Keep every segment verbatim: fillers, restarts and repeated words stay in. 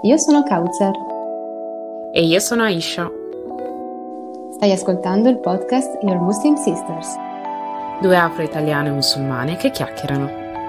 Io sono Kauzer. E io sono Aisha. Stai ascoltando il podcast Your Muslim Sisters. Due afro-italiane musulmane che chiacchierano.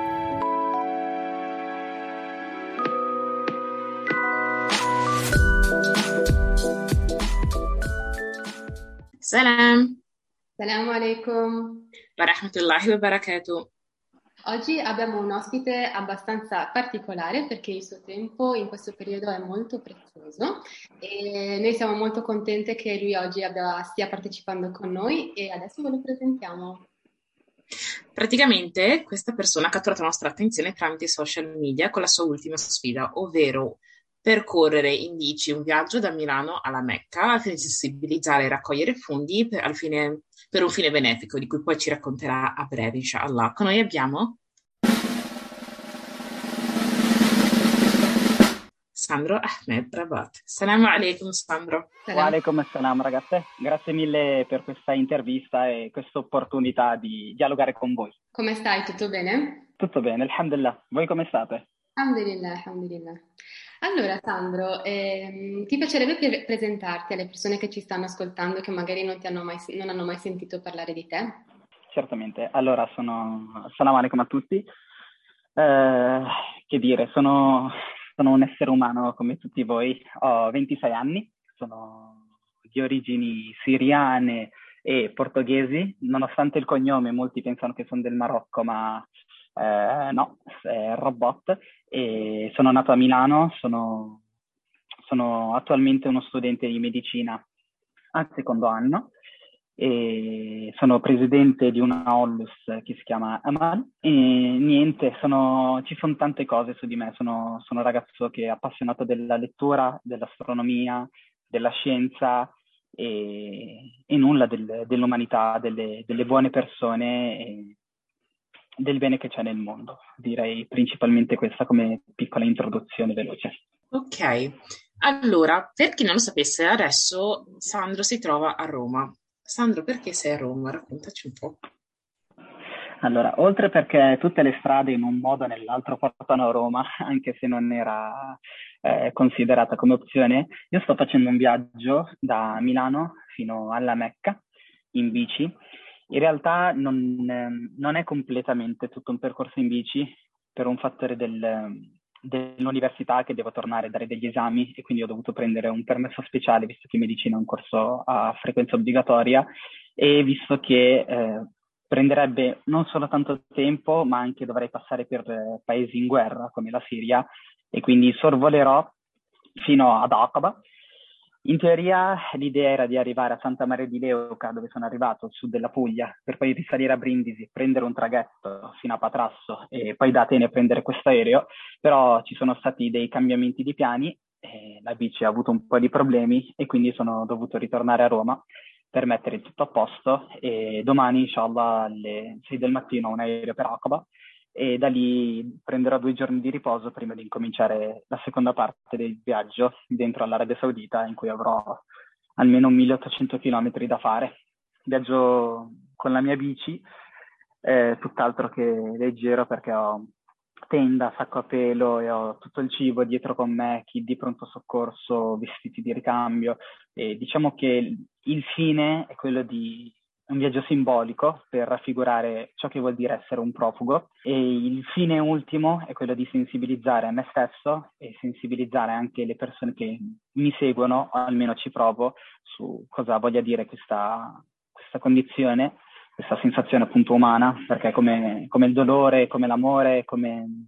Salam. Assalamu alaikum. Wa rahmatullahi wa barakatuh. Oggi abbiamo un ospite abbastanza particolare perché il suo tempo in questo periodo è molto prezioso e noi siamo molto contente che lui oggi abbia- stia partecipando con noi e adesso ve lo presentiamo. Praticamente questa persona ha catturato la nostra attenzione tramite i social media con la sua ultima sfida, ovvero percorrere in bici un viaggio da Milano alla Mecca al fine di sensibilizzare e raccogliere fondi per, al fine- per un fine benefico, di cui poi ci racconterà a breve, inshallah. Con noi abbiamo Sandro Ahmed Rabat. Assalamu alaikum, Sandro. Salam. Walaikum assalam ragazze, grazie mille per questa intervista e questa opportunità di dialogare con voi. Come stai? Tutto bene? Tutto bene, alhamdulillah. Voi come state? Alhamdulillah, alhamdulillah. Allora, Sandro, ehm, ti piacerebbe pre- presentarti alle persone che ci stanno ascoltando che magari non ti hanno mai, non hanno mai sentito parlare di te? Certamente. Allora, sono... Salam alaikum a tutti. Eh, che dire, sono... sono un essere umano come tutti voi. Ho ventisei anni, sono di origini siriane e portoghesi, nonostante il cognome molti pensano che sono del Marocco, ma eh, no, è Robot. E sono nato a Milano, sono, sono attualmente uno studente di medicina al secondo anno e sono presidente di una Onlus che si chiama Amal e niente, sono, ci sono tante cose su di me, sono, sono un ragazzo che è appassionato della lettura, dell'astronomia, della scienza e, e nulla del, dell'umanità, delle, delle buone persone e del bene che c'è nel mondo. Direi principalmente questa come piccola introduzione veloce. Ok, allora, per chi non lo sapesse, adesso Sandro si trova a Roma. Sandro, perché sei a Roma? Raccontaci un po'. Allora, oltre perché tutte le strade in un modo o nell'altro portano a Roma, anche se non era eh, considerata come opzione, io sto facendo un viaggio da Milano fino alla Mecca in bici. In realtà non, ehm, non è completamente tutto un percorso in bici per un fattore del, dell'università che devo tornare a dare degli esami e quindi ho dovuto prendere un permesso speciale visto che medicina è un corso a frequenza obbligatoria e visto che eh, prenderebbe non solo tanto tempo ma anche dovrei passare per eh, paesi in guerra come la Siria e quindi sorvolerò fino ad Aqaba. In teoria l'idea era di arrivare a Santa Maria di Leuca, dove sono arrivato, al sud della Puglia, per poi risalire a Brindisi, prendere un traghetto fino a Patrasso e poi da Atene prendere questo aereo, però ci sono stati dei cambiamenti di piani, e la bici ha avuto un po' di problemi e quindi sono dovuto ritornare a Roma per mettere tutto a posto e domani, inshallah, alle sei del mattino ho un aereo per Aqaba e da lì prenderò due giorni di riposo prima di incominciare la seconda parte del viaggio dentro all'Arabia Saudita in cui avrò almeno milleottocento chilometri da fare. Viaggio con la mia bici, eh, tutt'altro che leggero perché ho tenda, sacco a pelo e ho tutto il cibo dietro con me, kit di pronto soccorso, vestiti di ricambio e diciamo che il fine è quello di un viaggio simbolico per raffigurare ciò che vuol dire essere un profugo e il fine ultimo è quello di sensibilizzare me stesso e sensibilizzare anche le persone che mi seguono, o almeno ci provo, su cosa voglia dire questa, questa condizione, questa sensazione appunto umana, perché come, come il dolore, come l'amore, come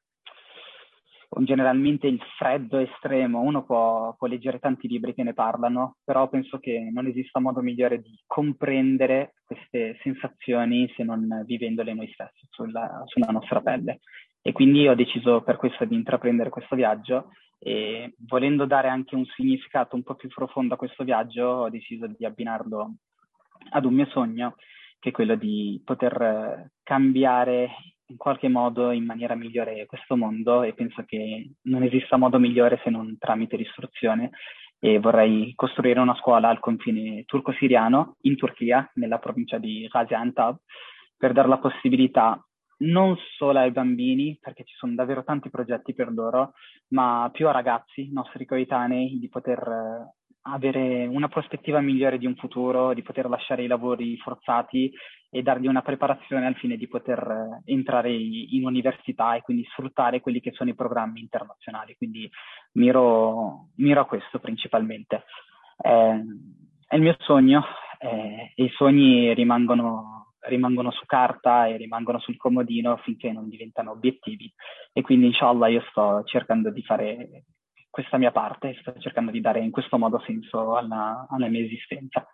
generalmente il freddo estremo, uno può, può leggere tanti libri che ne parlano, però penso che non esista modo migliore di comprendere queste sensazioni se non vivendole noi stessi sulla, sulla nostra pelle. E quindi ho deciso per questo di intraprendere questo viaggio e volendo dare anche un significato un po' più profondo a questo viaggio, ho deciso di abbinarlo ad un mio sogno, che è quello di poter cambiare in qualche modo in maniera migliore questo mondo e penso che non esista modo migliore se non tramite l'istruzione e vorrei costruire una scuola al confine turco-siriano in Turchia, nella provincia di Gaziantep, per dare la possibilità non solo ai bambini, perché ci sono davvero tanti progetti per loro, ma più a ragazzi, nostri coetanei, di poter eh, avere una prospettiva migliore di un futuro, di poter lasciare i lavori forzati e dargli una preparazione al fine di poter eh, entrare in università e quindi sfruttare quelli che sono i programmi internazionali. Quindi miro, miro a questo principalmente. Eh, è il mio sogno, eh, e i sogni rimangono, rimangono su carta e rimangono sul comodino finché non diventano obiettivi. E quindi, inshallah, io sto cercando di fare questa mia parte, sto cercando di dare in questo modo senso alla, alla mia esistenza.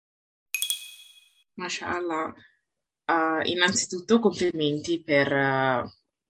Mashallah. Uh, innanzitutto complimenti per uh,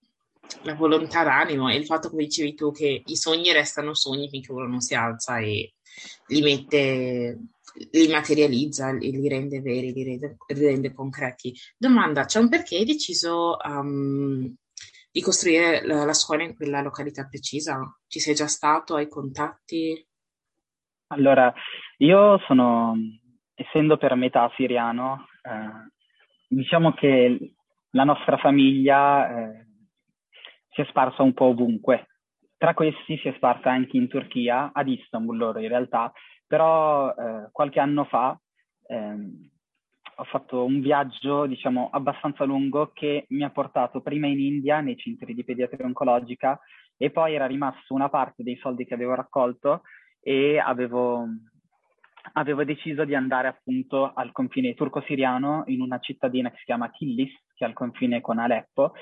la volontà d'animo e il fatto, come dicevi tu, che i sogni restano sogni finché uno non si alza e li mette, li materializza, li, li rende veri, li rende, li rende concreti. Domanda, c'è un perché hai deciso um, di costruire la, la scuola in quella località precisa? Ci sei già stato? Hai contatti? Allora, io sono, essendo per metà siriano, eh, diciamo che la nostra famiglia eh, si è sparsa un po' ovunque. Tra questi si è sparsa anche in Turchia, ad Istanbul loro in realtà, però eh, qualche anno fa ehm, ho fatto un viaggio, diciamo, abbastanza lungo che mi ha portato prima in India, nei centri di pediatria oncologica, e poi era rimasto una parte dei soldi che avevo raccolto e avevo, avevo deciso di andare appunto al confine turco-siriano in una cittadina che si chiama Kilis, che è al confine con Aleppo.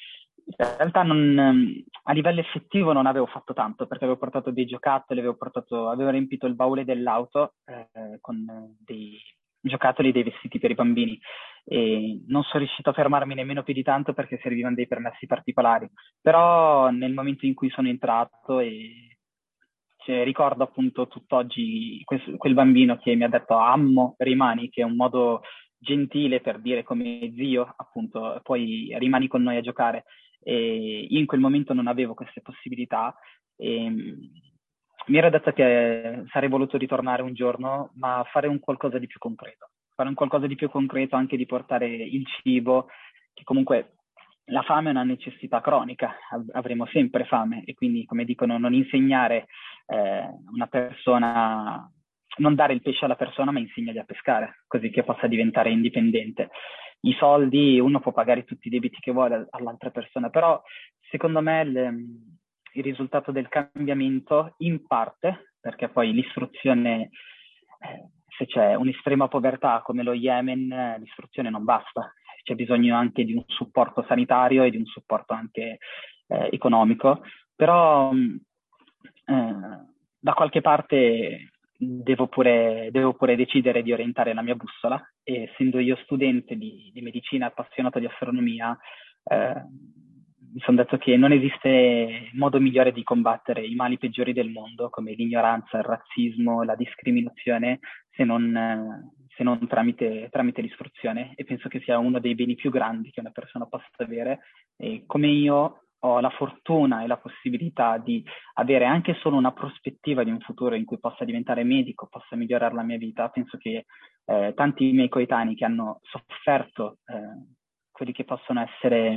In realtà non, a livello effettivo non avevo fatto tanto perché avevo portato dei giocattoli, avevo, portato, avevo riempito il baule dell'auto eh, con dei giocattoli e dei vestiti per i bambini e non sono riuscito a fermarmi nemmeno più di tanto perché servivano dei permessi particolari. Però nel momento in cui sono entrato e cioè, ricordo appunto tutt'oggi quel, quel bambino che mi ha detto Ammo, rimani, che è un modo gentile per dire come zio, appunto, poi rimani con noi a giocare. E io in quel momento non avevo queste possibilità e mi ero detto che sarei voluto ritornare un giorno, ma fare un qualcosa di più concreto. Fare un qualcosa di più concreto anche di portare il cibo, che comunque la fame è una necessità cronica, avremo sempre fame e quindi, come dicono, non insegnare eh, una persona, non dare il pesce alla persona, ma insegnargli a pescare, così che possa diventare indipendente. I soldi, uno può pagare tutti i debiti che vuole all'altra persona, però secondo me il, il risultato del cambiamento, in parte, perché poi l'istruzione, eh, se c'è un'estrema povertà come lo Yemen, eh, l'istruzione non basta, c'è bisogno anche di un supporto sanitario e di un supporto anche eh, economico, però eh, da qualche parte devo pure, devo pure decidere di orientare la mia bussola e essendo io studente di, di medicina appassionato di astronomia, eh, mi sono detto che non esiste modo migliore di combattere i mali peggiori del mondo, come l'ignoranza, il razzismo, la discriminazione, se non, eh, se non tramite, tramite l'istruzione. E penso che sia uno dei beni più grandi che una persona possa avere. E come io ho la fortuna e la possibilità di avere anche solo una prospettiva di un futuro in cui possa diventare medico, possa migliorare la mia vita, penso che eh, tanti miei coetanei che hanno sofferto eh, quelli che possono essere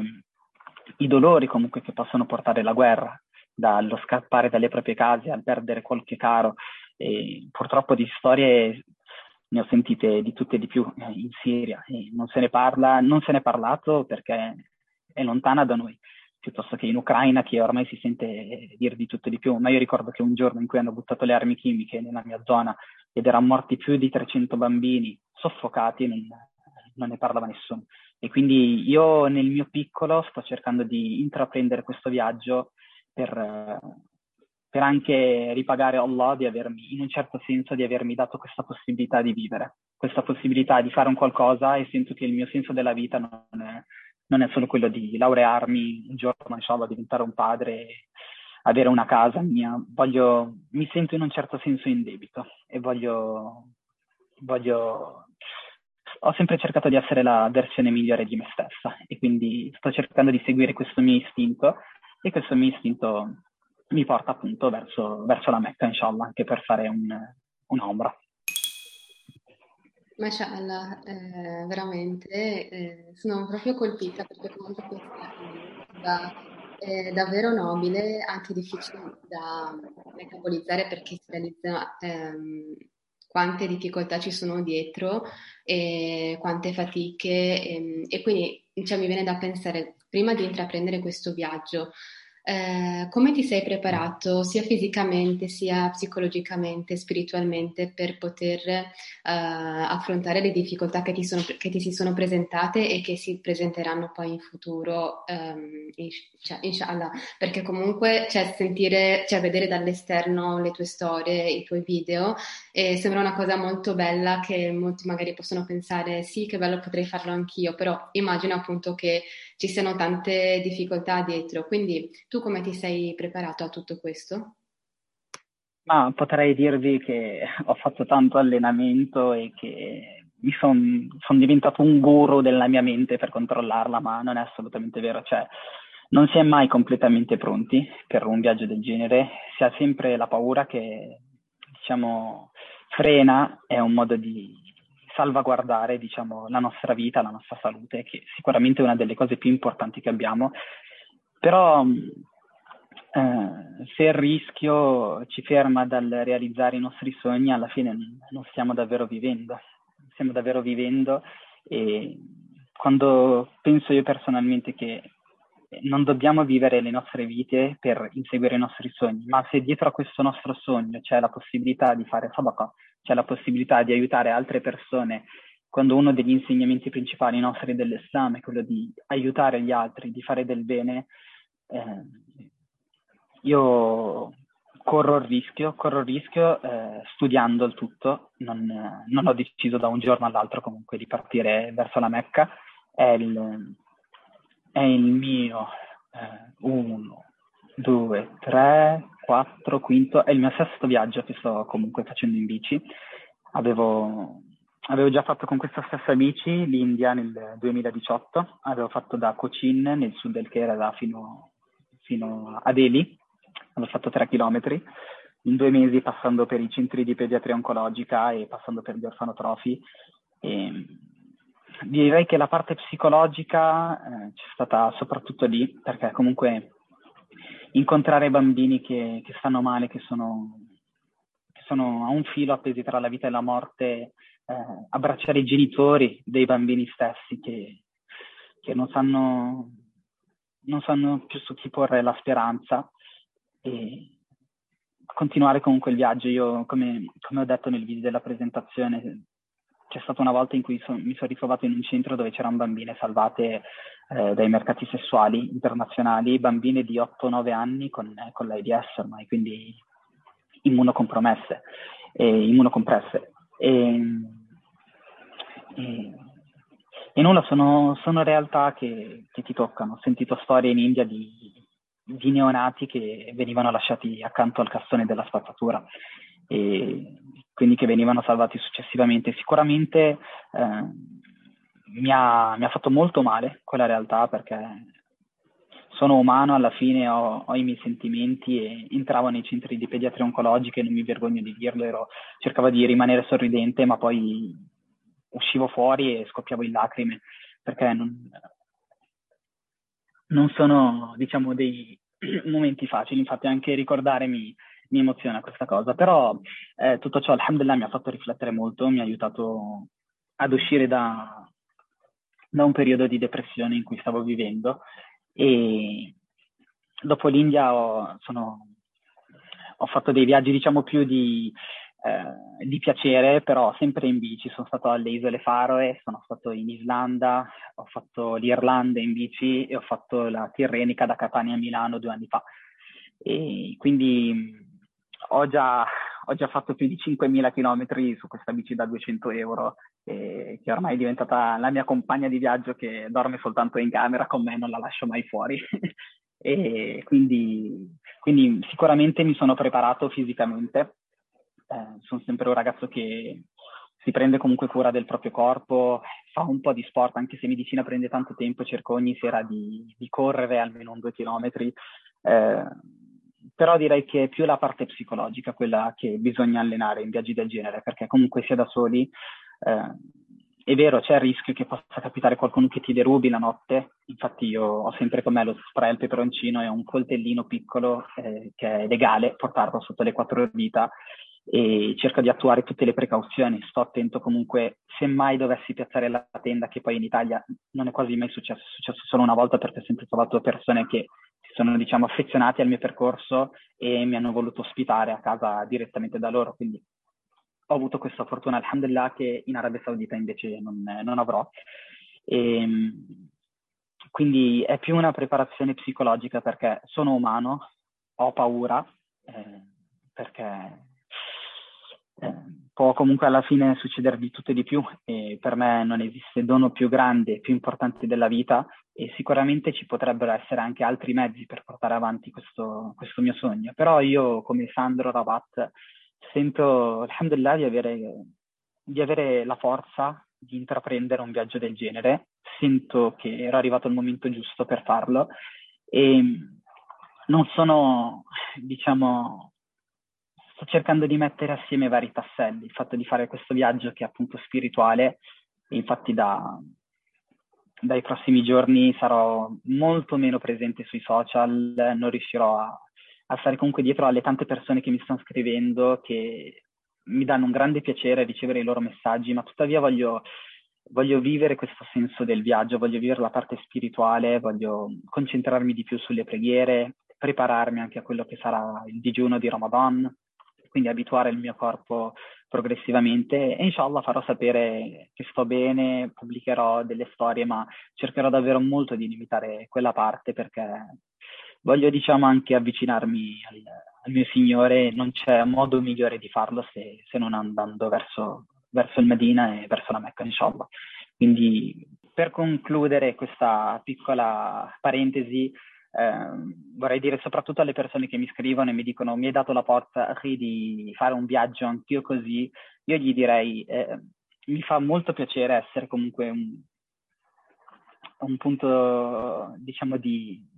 i dolori comunque che possono portare la guerra, dallo scappare dalle proprie case al perdere qualche caro, e purtroppo di storie ne ho sentite di tutte e di più eh, in Siria e non se ne parla, non se ne è parlato perché è lontana da noi, piuttosto che in Ucraina che ormai si sente dire di tutto e di più. Ma io ricordo che un giorno in cui hanno buttato le armi chimiche nella mia zona ed erano morti più di trecento bambini soffocati, non, non ne parlava nessuno. E quindi io nel mio piccolo sto cercando di intraprendere questo viaggio per, per anche ripagare Allah di avermi, in un certo senso, di avermi dato questa possibilità di vivere, questa possibilità di fare un qualcosa e sento che il mio senso della vita non è, non è solo quello di laurearmi un giorno, insomma, diventare un padre, avere una casa mia. Voglio, mi sento in un certo senso in debito e voglio, voglio ho sempre cercato di essere la versione migliore di me stessa e quindi sto cercando di seguire questo mio istinto e questo mio istinto mi porta appunto verso, verso la Mecca, inshallah, anche per fare un, un'ombra. Mashallah, eh, veramente, eh, sono proprio colpita perché comunque questa iniziativa è davvero nobile, anche difficile da metabolizzare perché si realizza ehm, quante difficoltà ci sono dietro e quante fatiche ehm, e quindi cioè, mi viene da pensare, prima di intraprendere questo viaggio, eh, come ti sei preparato sia fisicamente sia psicologicamente, spiritualmente per poter eh, affrontare le difficoltà che ti sono- che ti si sono presentate e che si presenteranno poi in futuro, ehm, insh- cioè, inshallah, perché comunque cioè, sentire, cioè, vedere dall'esterno le tue storie, i tuoi video, eh, sembra una cosa molto bella che molti magari possono pensare sì, che bello, potrei farlo anch'io, però immagino appunto che ci siano tante difficoltà dietro. Quindi tu come ti sei preparato a tutto questo? Ma potrei dirvi che ho fatto tanto allenamento e che mi sono son diventato un guru della mia mente per controllarla, ma non è assolutamente vero. Cioè, non si è mai completamente pronti per un viaggio del genere, si ha sempre la paura che, diciamo, frena, è un modo di salvaguardare, diciamo, la nostra vita, la nostra salute, che sicuramente è una delle cose più importanti che abbiamo. Però eh, se il rischio ci ferma dal realizzare i nostri sogni, alla fine non, non stiamo davvero vivendo. Stiamo davvero vivendo e quando penso io personalmente che non dobbiamo vivere le nostre vite per inseguire i nostri sogni, ma se dietro a questo nostro sogno c'è la possibilità di fare sadaqa, c'è la possibilità di aiutare altre persone, quando uno degli insegnamenti principali nostri dell'Islam è quello di aiutare gli altri, di fare del bene, eh, io corro il rischio, corro il rischio eh, studiando il tutto, non, eh, non ho deciso da un giorno all'altro comunque di partire verso la Mecca, è il, è il mio eh, uno, due, tre, quattro, quinto, è il mio sesto viaggio che sto comunque facendo in bici. Avevo, avevo già fatto con questa stessa bici l'India nel duemiladiciotto, avevo fatto da Cochin nel sud del Kerala fino, fino a Delhi, avevo fatto tre chilometri in due mesi passando per i centri di pediatria oncologica e passando per gli orfanotrofi. E direi che la parte psicologica eh, c'è stata soprattutto lì, perché comunque incontrare bambini che, che stanno male, che sono, che sono a un filo appesi tra la vita e la morte, eh, abbracciare i genitori dei bambini stessi che, che non sanno, non sanno più su chi porre la speranza e continuare comunque il viaggio. Io, come, come ho detto nel video della presentazione, c'è stata una volta in cui so, mi sono ritrovato in un centro dove c'erano bambine salvate eh, dai mercati sessuali internazionali, bambine di otto nove anni con, eh, con l'AIDS ormai, quindi immunocompromesse, e immunocompresse. E, e, e nulla, sono, sono realtà che, che ti toccano. Ho sentito storie in India di, di neonati che venivano lasciati accanto al cassone della spazzatura e quindi che venivano salvati successivamente. Sicuramente eh, mi ha, mi ha fatto molto male quella realtà perché sono umano, alla fine ho, ho i miei sentimenti e entravo nei centri di pediatria oncologica e non mi vergogno di dirlo, ero, cercavo di rimanere sorridente, ma poi uscivo fuori e scoppiavo in lacrime perché non, non sono, diciamo, dei momenti facili, infatti anche ricordare mi, mi emoziona questa cosa, però eh, tutto ciò, alhamdulillah, mi ha fatto riflettere molto, mi ha aiutato ad uscire da, da un periodo di depressione in cui stavo vivendo e dopo l'India ho, sono, ho fatto dei viaggi, diciamo, più di, eh, di piacere, però sempre in bici. Sono stato alle Isole Faroe, sono stato in Islanda, ho fatto l'Irlanda in bici e ho fatto la Tirrenica da Catania a Milano due anni fa. E quindi ho già, ho già fatto più di cinquemila chilometri su questa bici da duecento euro, e che ormai è diventata la mia compagna di viaggio che dorme soltanto in camera con me, non la lascio mai fuori. E quindi, quindi sicuramente mi sono preparato fisicamente. Eh, sono sempre un ragazzo che si prende comunque cura del proprio corpo, fa un po' di sport, anche se medicina prende tanto tempo, cerco ogni sera di, di correre almeno un due chilometri. Eh, però direi che è più la parte psicologica quella che bisogna allenare in viaggi del genere, perché comunque si è da soli, Eh, è vero, c'è il rischio che possa capitare qualcuno che ti derubi la notte, infatti io ho sempre con me lo spray al peperoncino e un coltellino piccolo eh, che è legale portarlo sotto le quattro dita e cerco di attuare tutte le precauzioni. Sto attento comunque, se mai dovessi piazzare la tenda, che poi in Italia non è quasi mai successo, è successo solo una volta perché ho sempre trovato persone che si sono, diciamo, affezionati al mio percorso e mi hanno voluto ospitare a casa direttamente da loro, quindi ho avuto questa fortuna, alhamdulillah, che in Arabia Saudita invece non, non avrò. E, quindi è più una preparazione psicologica perché sono umano, ho paura, eh, perché eh, può comunque alla fine succedere di tutto e di più e per me non esiste dono più grande e più importante della vita e sicuramente ci potrebbero essere anche altri mezzi per portare avanti questo, questo mio sogno. Però io, come Sandro Rabat, sento, alhamdulillah, di avere, di avere la forza di intraprendere un viaggio del genere. Sento che era arrivato il momento giusto per farlo e non sono, diciamo, sto cercando di mettere assieme vari tasselli. Il fatto di fare questo viaggio che è appunto spirituale, e infatti da, dai prossimi giorni sarò molto meno presente sui social, non riuscirò a a stare comunque dietro alle tante persone che mi stanno scrivendo, che mi danno un grande piacere ricevere i loro messaggi, ma tuttavia voglio, voglio vivere questo senso del viaggio, voglio vivere la parte spirituale, voglio concentrarmi di più sulle preghiere, prepararmi anche a quello che sarà il digiuno di Ramadan, quindi abituare il mio corpo progressivamente e inshallah farò sapere che sto bene, pubblicherò delle storie, ma cercherò davvero molto di limitare quella parte perché voglio, diciamo, anche avvicinarmi al, al mio Signore. Non c'è modo migliore di farlo se, se non andando verso, verso il Medina e verso la Mecca, inshallah. Quindi, per concludere questa piccola parentesi, eh, vorrei dire soprattutto alle persone che mi scrivono e mi dicono mi hai dato la forza di fare un viaggio anch'io così, io gli direi eh, mi fa molto piacere essere comunque un, un punto, diciamo, di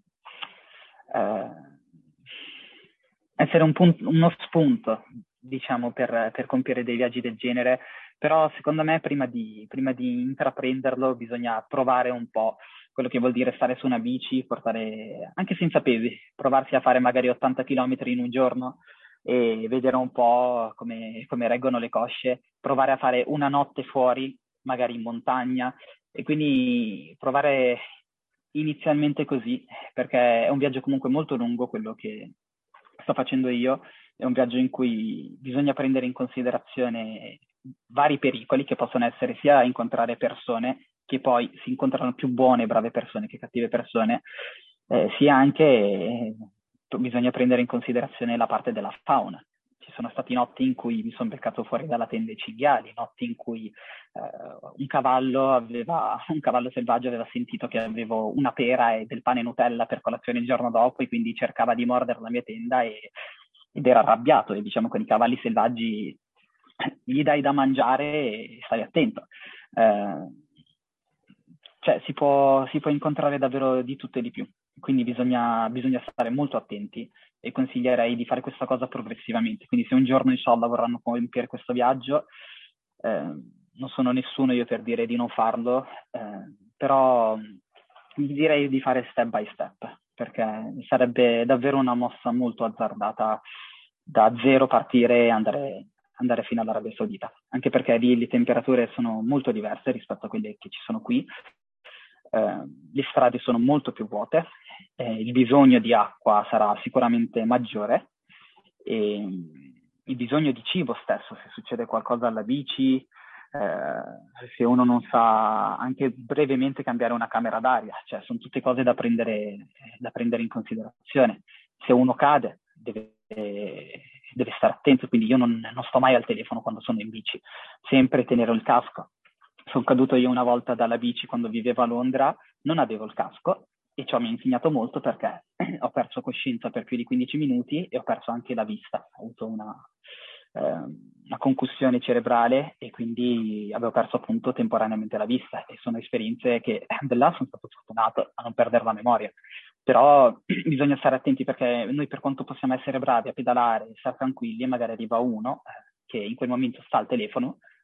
Uh, essere un punto, uno spunto, diciamo, per, per compiere dei viaggi del genere, però secondo me prima di, prima di intraprenderlo bisogna provare un po' quello che vuol dire stare su una bici, portare, anche senza pesi, provarsi a fare magari ottanta chilometri in un giorno e vedere un po' come, come reggono le cosce, provare a fare una notte fuori, magari in montagna, e quindi provare inizialmente così, perché è un viaggio comunque molto lungo quello che sto facendo io, è un viaggio in cui bisogna prendere in considerazione vari pericoli che possono essere sia incontrare persone, che poi si incontrano più buone e brave persone che cattive persone, eh, sia anche eh, bisogna prendere in considerazione la parte della fauna. Ci sono stati notti in cui mi sono beccato fuori dalla tenda i cinghiali, notti in cui eh, un cavallo aveva, un cavallo selvaggio aveva sentito che avevo una pera e del pane Nutella per colazione il giorno dopo e quindi cercava di mordere la mia tenda e, ed era arrabbiato. E diciamo con i cavalli selvaggi gli dai da mangiare e stai attento. Eh, cioè si può, si può incontrare davvero di tutto e di più, quindi bisogna, bisogna stare molto attenti e consiglierei di fare questa cosa progressivamente. Quindi se un giorno inshallah vorranno compiere questo viaggio, eh, non sono nessuno io per dire di non farlo, eh, però gli direi di fare step by step, perché sarebbe davvero una mossa molto azzardata da zero partire e andare, andare fino all'Arabia Saudita, anche perché lì le temperature sono molto diverse rispetto a quelle che ci sono qui. Eh, le strade sono molto più vuote, eh, il bisogno di acqua sarà sicuramente maggiore e il bisogno di cibo stesso, se succede qualcosa alla bici, eh, se uno non sa anche brevemente cambiare una camera d'aria, cioè sono tutte cose da prendere, da prendere in considerazione. Se uno cade deve, deve stare attento, quindi io non, non sto mai al telefono quando sono in bici, sempre tenere il casco. Sono caduto io una volta dalla bici quando vivevo a Londra, non avevo il casco e ciò mi ha insegnato molto perché ho perso coscienza per più di quindici minuti e ho perso anche la vista. Ho avuto una, eh, una concussione cerebrale e quindi avevo perso appunto temporaneamente la vista e sono esperienze che, alhamdulillah, sono stato fortunato a non perdere la memoria. Però bisogna stare attenti perché noi, per quanto possiamo essere bravi a pedalare, stare tranquilli, magari arriva uno eh, che in quel momento sta al telefono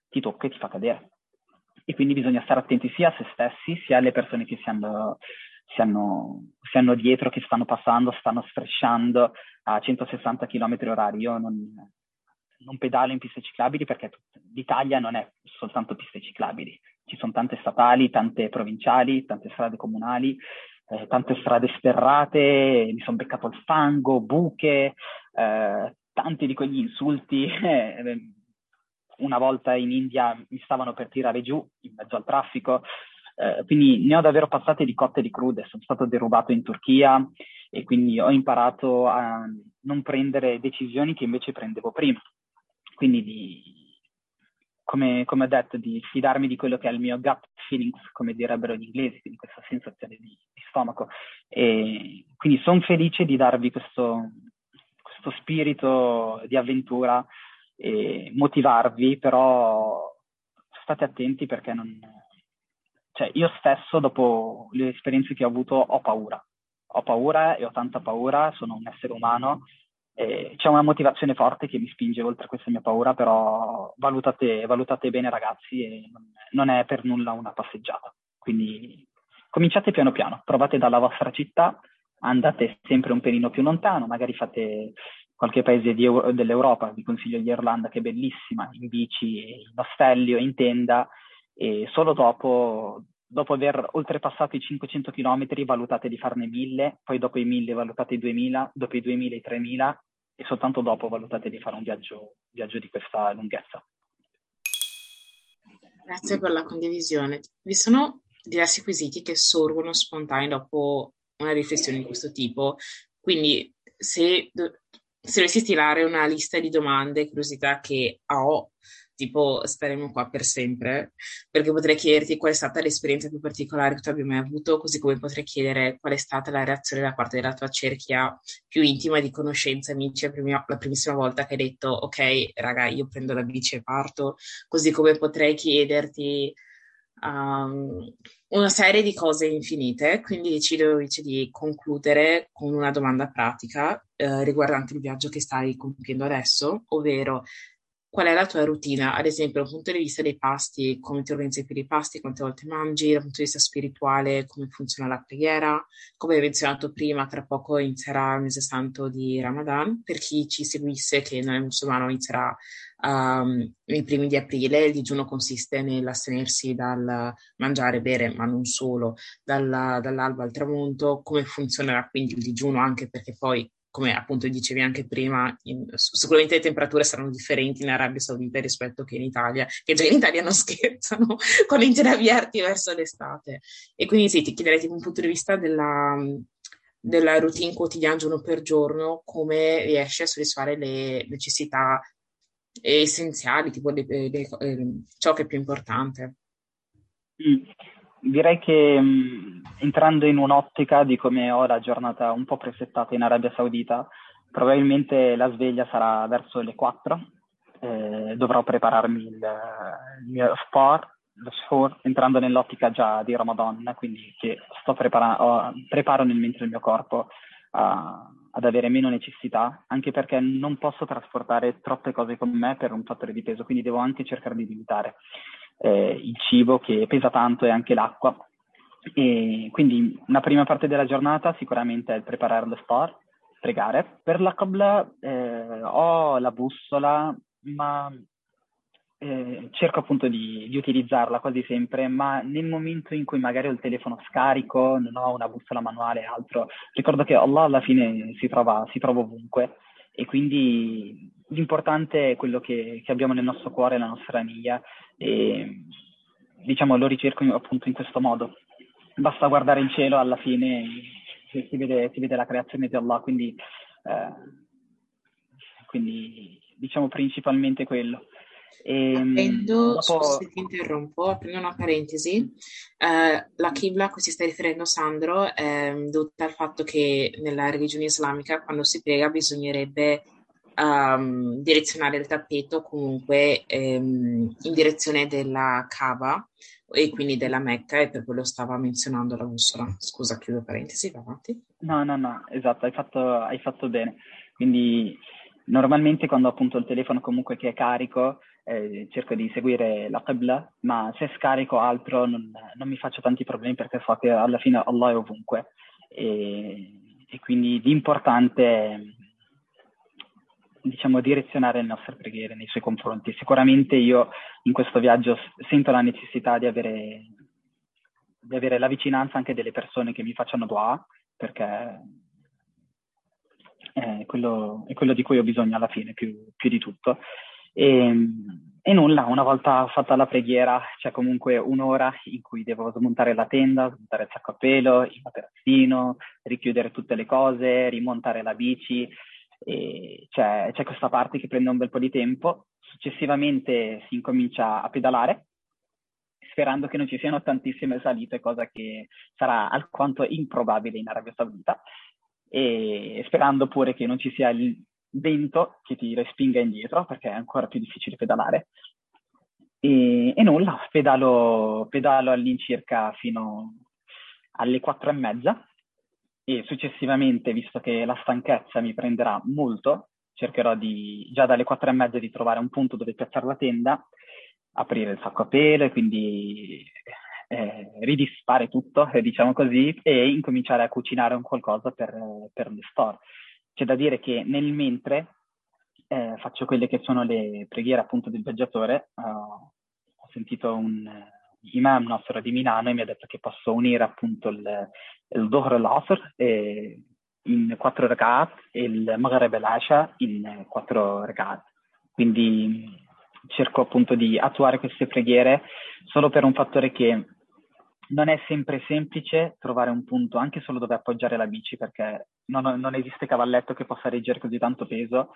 ti tocca e ti fa cadere. E quindi bisogna stare attenti sia a se stessi, sia alle persone che si hanno, si hanno, si hanno dietro, che stanno passando, stanno sfrecciando a centosessanta chilometri orari. Io non, non pedalo in piste ciclabili perché l'Italia non è soltanto piste ciclabili. Ci sono tante statali, tante provinciali, tante strade comunali, eh, tante strade sterrate, mi sono beccato il fango, buche, eh, tanti di quegli insulti. Una volta in India mi stavano per tirare giù in mezzo al traffico, eh, quindi ne ho davvero passate di cotte e di crude. Sono stato derubato in Turchia e quindi ho imparato a non prendere decisioni che invece prendevo prima. Quindi di, come, come ho detto, di fidarmi di quello che è il mio gut feelings, come direbbero gli inglesi, quindi questa sensazione di, di stomaco. E quindi sono felice di darvi questo, questo spirito di avventura e motivarvi, però state attenti perché non... Cioè, io stesso, dopo le esperienze che ho avuto, ho paura. Ho paura e ho tanta paura, sono un essere umano. E c'è una motivazione forte che mi spinge oltre questa mia paura, però valutate, valutate bene, ragazzi, e non, non è per nulla una passeggiata. Quindi cominciate piano piano, provate dalla vostra città, andate sempre un pelino più lontano, magari fate qualche paese di Euro- dell'Europa, vi consiglio l'Irlanda che è bellissima, in bici, in ostelli o in tenda, e solo dopo, dopo aver oltrepassato i cinquecento chilometri valutate di farne mille, poi dopo i mille valutate i duemila, dopo i duemila i tremila e soltanto dopo valutate di fare un viaggio, viaggio di questa lunghezza. Grazie per la condivisione. Vi sono diversi quesiti che sorgono spontanei dopo una riflessione di questo tipo, quindi se, se dovessi stilare una lista di domande e curiosità che ho, tipo staremo qua per sempre, perché potrei chiederti qual è stata l'esperienza più particolare che tu abbia mai avuto, così come potrei chiedere qual è stata la reazione da parte della tua cerchia più intima di conoscenze, amici, la, prima, la primissima volta che hai detto ok, raga, io prendo la bici e parto, così come potrei chiederti um, una serie di cose infinite, quindi decido invece di concludere con una domanda pratica eh, riguardante il viaggio che stai compiendo adesso, ovvero qual è la tua routine, ad esempio dal punto di vista dei pasti, come ti organizzi per i pasti, quante volte mangi, dal punto di vista spirituale, come funziona la preghiera, come hai menzionato prima, tra poco inizierà il mese santo di Ramadan, per chi ci seguisse che non è musulmano inizierà um, nei primi di aprile, il digiuno consiste nell'astenersi dal mangiare e bere, ma non solo, dalla, dall'alba al tramonto, come funzionerà quindi il digiuno, anche perché poi come appunto dicevi anche prima, in, sicuramente le temperature saranno differenti in Arabia Saudita rispetto che in Italia, che già in Italia non scherzano con i cieli aperti verso l'estate. E quindi sì, ti chiederei tipo un punto di vista della, della routine quotidiana giorno per giorno, come riesci a soddisfare le necessità essenziali, tipo le, le, le, ciò che è più importante. Mm. Direi che mh, entrando in un'ottica di come ho la giornata un po' presettata in Arabia Saudita, probabilmente la sveglia sarà verso le quattro, eh, dovrò prepararmi il, il mio sport, lo sport, entrando nell'ottica già di Ramadan, quindi che sto preparando, preparo nel mentre il mio corpo a, ad avere meno necessità, anche perché non posso trasportare troppe cose con me per un fattore di peso, quindi devo anche cercare di limitare Eh, il cibo che pesa tanto e anche l'acqua. E quindi una prima parte della giornata sicuramente è il preparare lo sport, pregare. Per la Qibla eh, ho la bussola, ma eh, cerco appunto di, di utilizzarla quasi sempre, ma nel momento in cui magari ho il telefono scarico, non ho una bussola manuale e altro, ricordo che Allah alla fine si trova, si trova ovunque. E quindi l'importante è quello che, che abbiamo nel nostro cuore, la nostra famiglia, e diciamo lo ricerco in, appunto in questo modo. Basta guardare in cielo, alla fine si, si vede, si vede la creazione di Allah, quindi, eh, quindi diciamo principalmente quello. E, Aprendo, dopo... scusa se ti interrompo, aprendo una parentesi, eh, la Qibla a cui si sta riferendo Sandro è dovuta al fatto che nella religione islamica quando si prega bisognerebbe um, direzionare il tappeto comunque ehm, in direzione della Kaaba e quindi della Mecca, e per quello stava menzionando la bussola. Scusa, chiudo parentesi, va avanti. No, no, no, esatto, hai fatto, hai fatto bene. Quindi normalmente quando appunto il telefono comunque che è carico, eh, cerco di seguire la Qibla, ma se scarico altro non, non mi faccio tanti problemi perché so che alla fine Allah è ovunque. E, e quindi l'importante è, diciamo, direzionare le nostre preghiere nei suoi confronti. Sicuramente io in questo viaggio sento la necessità di avere, di avere la vicinanza anche delle persone che mi facciano dua, perché è quello, è quello di cui ho bisogno alla fine, più, più di tutto. E, e nulla, una volta fatta la preghiera c'è comunque un'ora in cui devo smontare la tenda, smontare il sacco a pelo, il materassino, richiudere tutte le cose, rimontare la bici. E c'è, c'è questa parte che prende un bel po' di tempo. Successivamente si incomincia a pedalare, sperando che non ci siano tantissime salite, cosa che sarà alquanto improbabile in Arabia Saudita, e sperando pure che non ci sia il vento che ti respinga indietro, perché è ancora più difficile pedalare. E, e nulla, pedalo, pedalo all'incirca fino alle quattro e mezza, e successivamente, visto che la stanchezza mi prenderà molto, cercherò di, già dalle quattro e mezza di trovare un punto dove piazzare la tenda, aprire il sacco a pelo e quindi eh, ridispare tutto, eh, diciamo così, e incominciare a cucinare un qualcosa per, per le store. C'è da dire che nel mentre eh, faccio quelle che sono le preghiere appunto del viaggiatore, uh, ho sentito un imam nostro di Milano e mi ha detto che posso unire appunto il, il Dhuhr e l'Asr e in quattro rakat e il Maghrib e l'Asha in quattro rakat. Quindi cerco appunto di attuare queste preghiere solo per un fattore che non è sempre semplice trovare un punto anche solo dove appoggiare la bici, perché non, non esiste cavalletto che possa reggere così tanto peso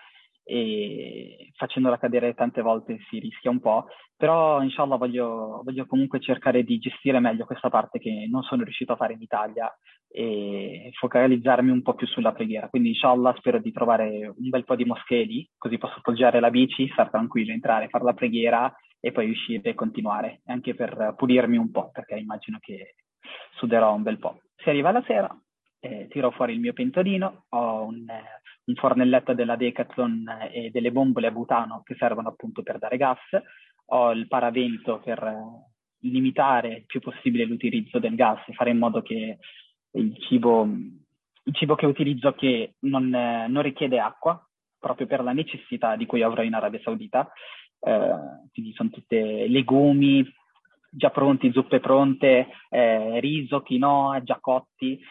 e facendola cadere tante volte si rischia un po', però inshallah voglio, voglio comunque cercare di gestire meglio questa parte che non sono riuscito a fare in Italia e focalizzarmi un po' più sulla preghiera. Quindi inshallah spero di trovare un bel po' di moschee lì, così posso appoggiare la bici, star tranquillo, entrare, fare la preghiera e poi uscire e continuare, anche per pulirmi un po', perché immagino che suderò un bel po'. Si arriva la sera, eh, tiro fuori il mio pentolino, ho un, eh, un fornelletto della Decathlon eh, e delle bombole a butano che servono appunto per dare gas, ho il paravento per eh, limitare il più possibile l'utilizzo del gas e fare in modo che il cibo, il cibo che utilizzo che non, eh, non richiede acqua, proprio per la necessità di cui avrò in Arabia Saudita. Eh, quindi sono tutte legumi già pronti, zuppe pronte, eh, riso, quinoa, già cotti,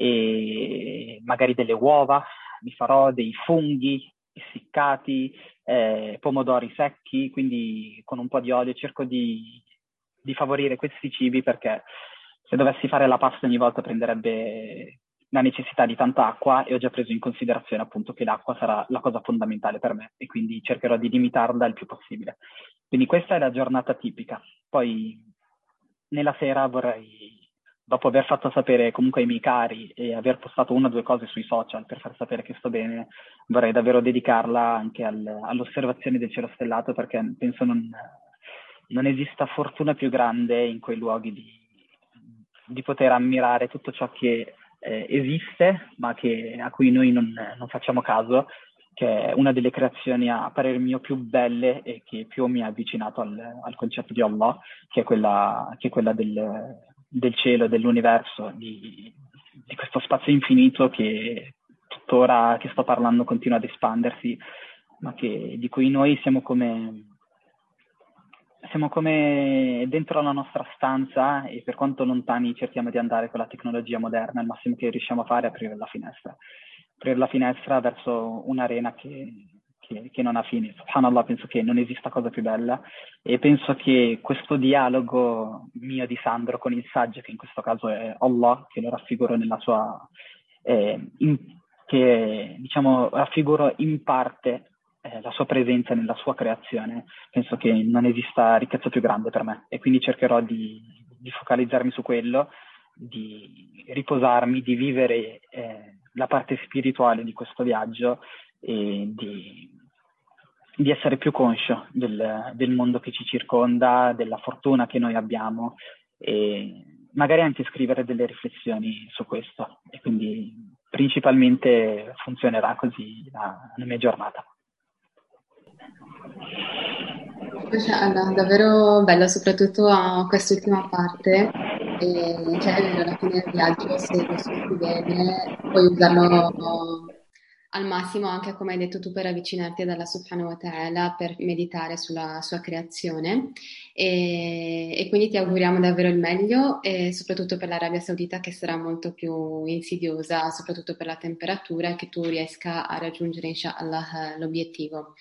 e magari delle uova, mi farò dei funghi essiccati, eh, pomodori secchi, quindi con un po' di olio cerco di, di favorire questi cibi, perché se dovessi fare la pasta ogni volta prenderebbe la necessità di tanta acqua e ho già preso in considerazione appunto che l'acqua sarà la cosa fondamentale per me e quindi cercherò di limitarla il più possibile. Quindi questa è la giornata tipica. Poi nella sera vorrei, dopo aver fatto sapere comunque ai miei cari e aver postato una o due cose sui social per far sapere che sto bene, vorrei davvero dedicarla anche al, all'osservazione del cielo stellato, perché penso non, non esista fortuna più grande in quei luoghi di, di poter ammirare tutto ciò che eh, esiste, ma che, a cui noi non, non facciamo caso, che è una delle creazioni a parer mio più belle e che più mi ha avvicinato al, al concetto di Allah, che è quella, che è quella del, del cielo, dell'universo, di, di questo spazio infinito che tuttora che sto parlando continua ad espandersi, ma che, di cui noi siamo come, siamo come dentro la nostra stanza e per quanto lontani cerchiamo di andare con la tecnologia moderna, il massimo che riusciamo a fare è aprire la finestra. Aprire la finestra verso un'arena che, che, che non ha fine. Subhanallah, penso che non esista cosa più bella e penso che questo dialogo mio di Sandro con il saggio, che in questo caso è Allah, che lo raffiguro nella sua... Eh, in, che diciamo raffiguro in parte eh, la sua presenza nella sua creazione, penso che non esista ricchezza più grande per me e quindi cercherò di, di focalizzarmi su quello, di riposarmi, di vivere eh, la parte spirituale di questo viaggio e di, di essere più conscio del, del mondo che ci circonda, della fortuna che noi abbiamo e magari anche scrivere delle riflessioni su questo. E quindi principalmente funzionerà così la, la mia giornata. Mashallah, davvero bello, soprattutto a quest'ultima parte. E, cioè, è vero, alla fine del viaggio, se lo sfrutti bene, puoi usarlo al massimo anche, come hai detto tu, per avvicinarti ad Allah subhanahu wa ta'ala, per meditare sulla sua creazione. E, e quindi ti auguriamo davvero il meglio, e soprattutto per l'Arabia Saudita, che sarà molto più insidiosa, soprattutto per la temperatura, e che tu riesca a raggiungere, inshallah, l'obiettivo.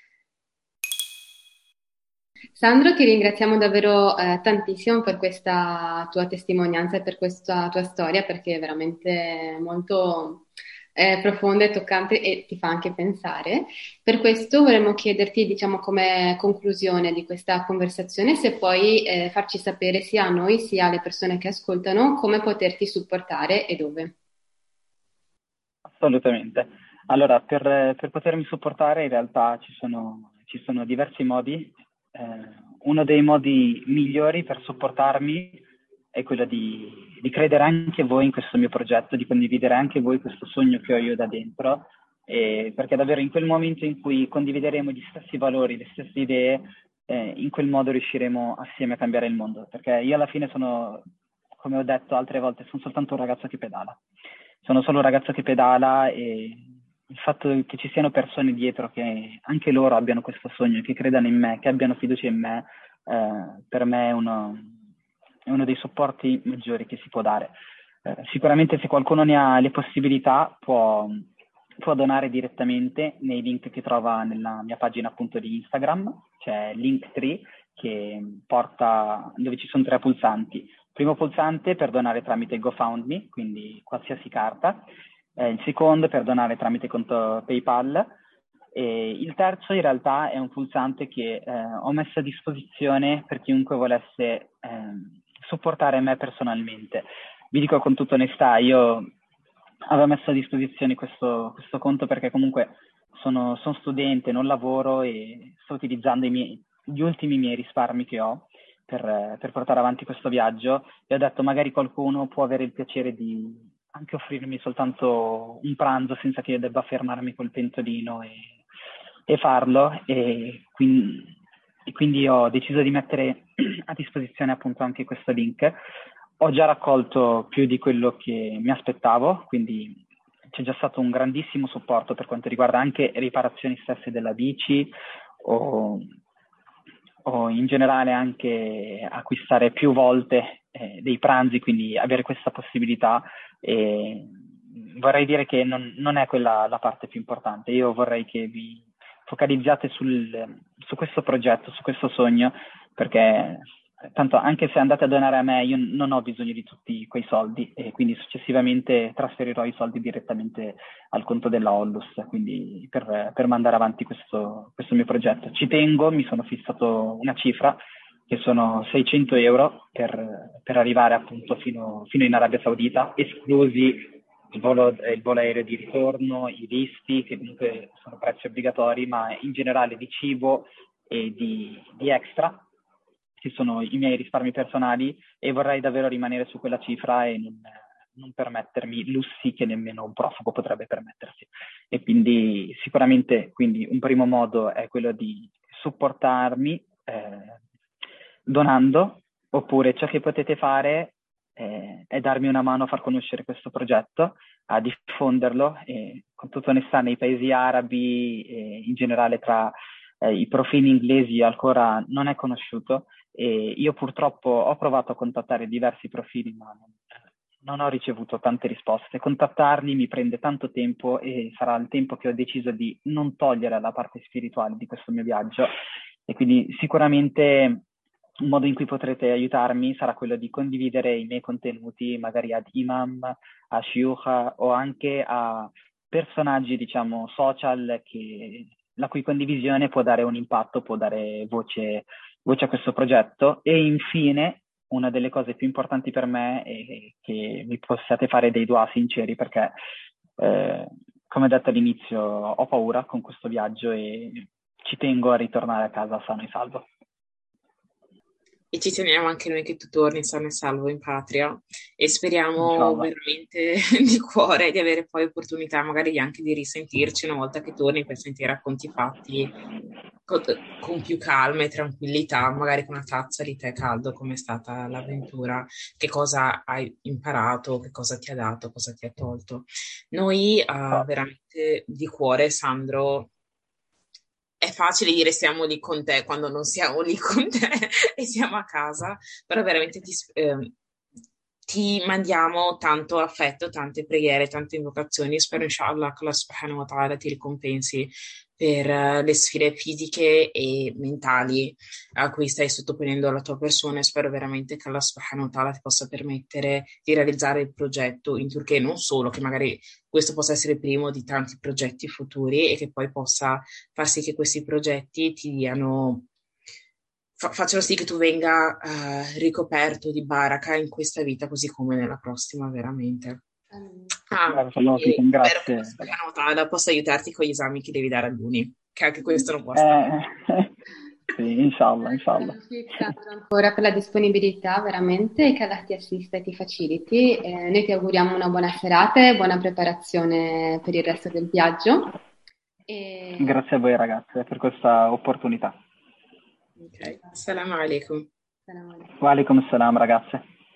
Sandro, ti ringraziamo davvero eh, tantissimo per questa tua testimonianza e per questa tua storia, perché è veramente molto eh, profonda e toccante e ti fa anche pensare. Per questo vorremmo chiederti, diciamo, come conclusione di questa conversazione, se puoi eh, farci sapere sia a noi sia alle persone che ascoltano come poterti supportare e dove. Assolutamente. Allora, per, per potermi supportare in realtà ci sono, ci sono diversi modi. Eh, uno dei modi migliori per supportarmi è quello di, di credere anche voi in questo mio progetto, di condividere anche voi questo sogno che ho io da dentro, e perché davvero in quel momento in cui condivideremo gli stessi valori, le stesse idee, eh, in quel modo riusciremo assieme a cambiare il mondo. Perché io alla fine sono, come ho detto altre volte, sono soltanto un ragazzo che pedala. Sono solo un ragazzo che pedala e il fatto che ci siano persone dietro che anche loro abbiano questo sogno, che credano in me, che abbiano fiducia in me, eh, per me è uno, è uno dei supporti maggiori che si può dare. Eh, sicuramente se qualcuno ne ha le possibilità può, può donare direttamente nei link che trova nella mia pagina appunto di Instagram, c'è Linktree che porta dove ci sono tre pulsanti. Primo pulsante per donare tramite GoFundMe, quindi qualsiasi carta. Eh, il secondo per donare tramite conto PayPal. E il terzo in realtà è un pulsante che eh, ho messo a disposizione per chiunque volesse eh, supportare me personalmente. Vi dico con tutta onestà, io avevo messo a disposizione questo, questo conto perché comunque sono, sono studente, non lavoro e sto utilizzando i miei, gli ultimi miei risparmi che ho per, per portare avanti questo viaggio e ho detto magari qualcuno può avere il piacere di anche offrirmi soltanto un pranzo senza che io debba fermarmi col pentolino e, e farlo e quindi, e quindi ho deciso di mettere a disposizione appunto anche questo link. Ho già raccolto più di quello che mi aspettavo, quindi c'è già stato un grandissimo supporto per quanto riguarda anche riparazioni stesse della bici o, o in generale anche acquistare più volte eh, dei pranzi, quindi avere questa possibilità. E vorrei dire che non, non è quella la parte più importante. Io vorrei che vi focalizziate sul, su questo progetto, su questo sogno, perché tanto anche se andate a donare a me, io non ho bisogno di tutti quei soldi e quindi successivamente trasferirò i soldi direttamente al conto della Ollus, quindi per, per mandare avanti questo, questo mio progetto. Ci tengo, mi sono fissato una cifra che sono seicento euro per, per arrivare appunto fino, fino in Arabia Saudita, esclusi il volo, il volo aereo di ritorno, i visti, che comunque sono prezzi obbligatori, ma in generale di cibo e di, di extra, che sono i miei risparmi personali, e vorrei davvero rimanere su quella cifra e non, non permettermi lussi che nemmeno un profugo potrebbe permettersi. E quindi sicuramente quindi un primo modo è quello di supportarmi eh, donando, oppure ciò che potete fare eh, è darmi una mano a far conoscere questo progetto, a diffonderlo e con tutta onestà nei paesi arabi e in generale tra eh, i profili inglesi ancora non è conosciuto e io purtroppo ho provato a contattare diversi profili ma non, non ho ricevuto tante risposte. Contattarli mi prende tanto tempo e sarà il tempo che ho deciso di non togliere alla parte spirituale di questo mio viaggio e quindi sicuramente un modo in cui potrete aiutarmi sarà quello di condividere i miei contenuti magari ad imam, a shiucha o anche a personaggi, diciamo, social che, la cui condivisione può dare un impatto, può dare voce, voce a questo progetto. E infine, una delle cose più importanti per me è che vi possiate fare dei dua sinceri perché, eh, come detto all'inizio, ho paura con questo viaggio e ci tengo a ritornare a casa sano e salvo. E ci teniamo anche noi che tu torni sano e salvo in patria e speriamo Inshallah. veramente di cuore di avere poi opportunità magari anche di risentirci una volta che torni per sentire racconti fatti co- con più calma e tranquillità, magari con una tazza di tè caldo, come è stata l'avventura, che cosa hai imparato, che cosa ti ha dato, cosa ti ha tolto. Noi, eh, Oh, veramente di cuore, Sandro, è facile dire siamo lì con te quando non siamo lì con te e siamo a casa, però veramente ti, s- ehm, ti mandiamo tanto affetto, tante preghiere, tante invocazioni. Spero, inshallah, che Allah subhanahu wa ta'ala ti ricompensi per eh, le sfide fisiche e mentali a cui stai sottoponendo la tua persona e spero veramente che Allah subhanahu wa ta'ala ti possa permettere di realizzare il progetto in Turchia e non solo, che magari questo possa essere il primo di tanti progetti futuri e che poi possa far sì che questi progetti ti diano, fa- facciano sì che tu venga eh, ricoperto di baraka in questa vita così come nella prossima, veramente. Amen. Ah, barakallahu e spero che lo grazie. Subhanahu wa Ta'ala possa aiutarti con gli esami che devi dare all'uni, che anche questo non basta. Eh, sì, inshallah, inshallah. Grazie Sandro, ancora per la disponibilità, veramente, e che Allah ti assista e ti faciliti. Eh, noi ti auguriamo una buona serata e buona preparazione per il resto del viaggio. E... Grazie a voi ragazze per questa opportunità. Ok, assalamu alaikum. Salam alaikum. Wa alaikum assalam ragazze.